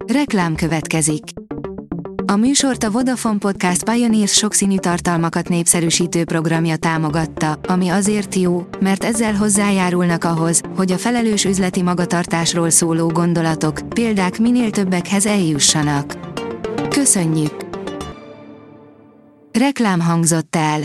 Reklám következik. A műsort a Vodafone Podcast Pioneers sokszínű tartalmakat népszerűsítő programja támogatta, ami azért jó, mert ezzel hozzájárulnak ahhoz, hogy a felelős üzleti magatartásról szóló gondolatok, példák minél többekhez eljussanak. Köszönjük! Reklám hangzott el.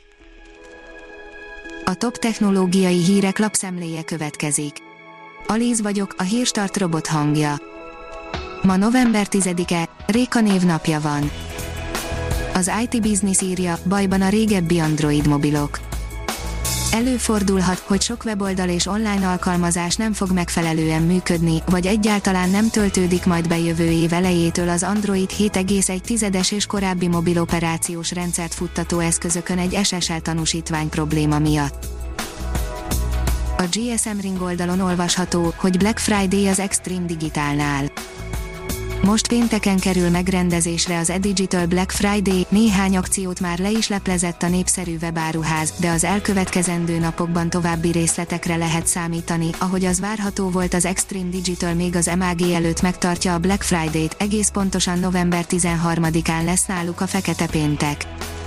A top technológiai hírek lapszemléje következik. Alíz vagyok, a Hírstart robot hangja. Ma november 10-e, Réka névnapja van. Az IT Business írja, bajban a régebbi Android mobilok. Előfordulhat, hogy sok weboldal és online alkalmazás nem fog megfelelően működni, vagy egyáltalán nem töltődik majd be jövő év elejétől az Android 7,1-es és korábbi mobil operációs rendszert futtató eszközökön egy SSL tanúsítvány probléma miatt. A GSM Ring oldalon olvasható, hogy Black Friday az Extreme Digitalnál. Most pénteken kerül megrendezésre az eDigital Black Friday, néhány akciót már le is leplezett a népszerű webáruház, de az elkövetkezendő napokban további részletekre lehet számítani, ahogy az várható volt. Az Extreme Digital még az MAG előtt megtartja a Black Friday-t, egész pontosan november 13-án lesz náluk a Fekete Péntek.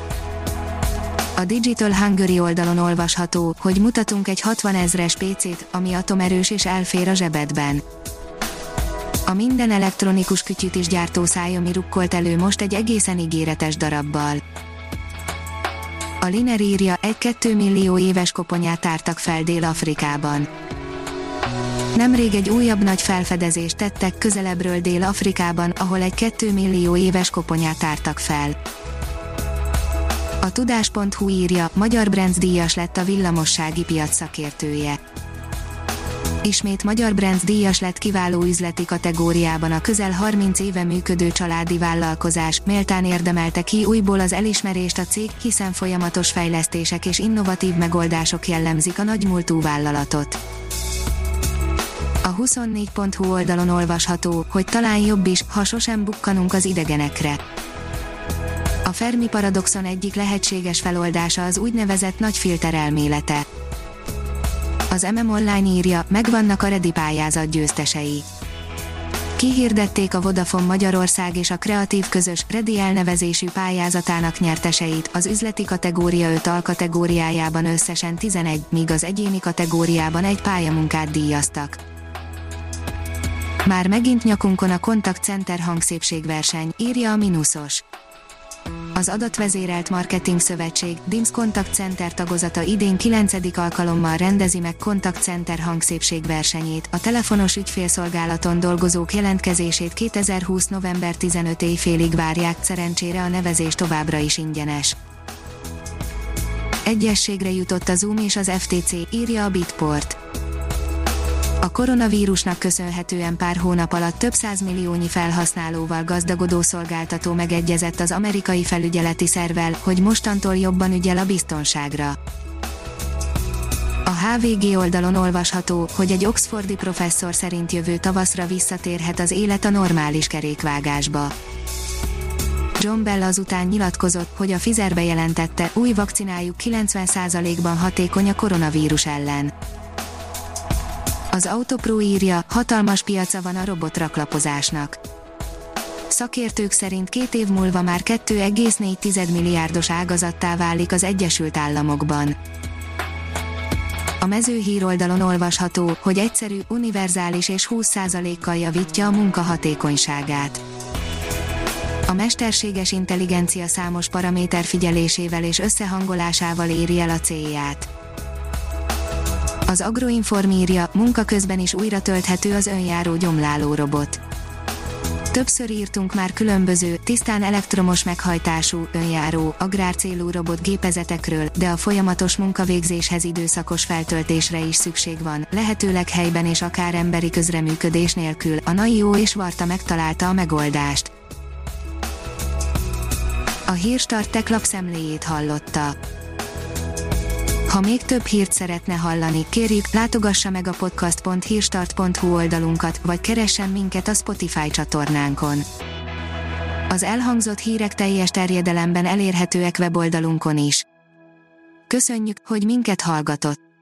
A Digital Hungary oldalon olvasható, hogy mutatunk egy 60 000-es PC-t, ami atomerős és elfér a zsebedben. A minden elektronikus kütyűt is gyártó Xiaomi rukkolt elő most egy egészen ígéretes darabbal. A Liner írja, 1-2 millió éves koponyát tártak fel Dél-Afrikában. Nemrég egy újabb nagy felfedezést tettek közelebbről Dél-Afrikában, ahol egy 2 millió éves koponyát tártak fel. A tudás.hu írja, Magyar Brands díjas lett a villamossági piac szakértője. Ismét Magyar Brands díjas lett kiváló üzleti kategóriában a közel 30 éve működő családi vállalkozás, méltán érdemelte ki újból az elismerést a cég, hiszen folyamatos fejlesztések és innovatív megoldások jellemzik a nagymúltú vállalatot. A 24.hu oldalon olvasható, hogy talán jobb is, ha sosem bukkanunk az idegenekre. A Fermi paradoxon egyik lehetséges feloldása az úgynevezett nagy filter elmélete. Az Online írja, megvannak a Ready pályázat győztesei. Kihirdették a Vodafone Magyarország és a Kreatív közös Ready elnevezésű pályázatának nyerteseit, az üzleti kategória 5 alkategóriájában összesen 11, míg az egyéni kategóriában egy pályamunkát díjaztak. Már megint nyakunkon a Contact Center hangszépségverseny, írja a Minusos. Az adatvezérelt marketing szövetség, DIMS Contact Center tagozata idén 9. alkalommal rendezi meg Contact Center hangszépségversenyét, a telefonos ügyfélszolgálaton dolgozók jelentkezését 2020. november 15 éjfélig várják, szerencsére a nevezés továbbra is ingyenes. Egyességre jutott a Zoom és az FTC, írja a Bitport. A koronavírusnak köszönhetően pár hónap alatt több százmilliónyi felhasználóval gazdagodó szolgáltató megegyezett az amerikai felügyeleti szervvel, hogy mostantól jobban ügyel a biztonságra. A HVG oldalon olvasható, hogy egy oxfordi professzor szerint jövő tavaszra visszatérhet az élet a normális kerékvágásba. John Bell azután nyilatkozott, hogy a Pfizer bejelentette, új vakcinájuk 90%-ban hatékony a koronavírus ellen. Az Autopro írja, hatalmas piaca van a robotraklapozásnak. Szakértők szerint 2 év múlva már 2,4 milliárdos ágazattá válik az Egyesült Államokban. A Mezőhír oldalon olvasható, hogy egyszerű, univerzális és 20%-kal javítja a munka hatékonyságát. A mesterséges intelligencia számos paraméter figyelésével és összehangolásával éri el a célját. Az Agroinform írja, munka közben is újra tölthető az önjáró gyomláló robot. Többször írtunk már különböző, tisztán elektromos meghajtású, önjáró, agrárcélú robot gépezetekről, de a folyamatos munkavégzéshez időszakos feltöltésre is szükség van, lehetőleg helyben és akár emberi közreműködés nélkül. A NAIO és Varta megtalálta a megoldást. A Hírstart Tech lapszemléjét hallotta. Ha még több hírt szeretne hallani, kérjük, látogassa meg a podcast.hírstart.hu oldalunkat, vagy keressen minket a Spotify csatornánkon. Az elhangzott hírek teljes terjedelemben elérhetőek weboldalunkon is. Köszönjük, hogy minket hallgatott!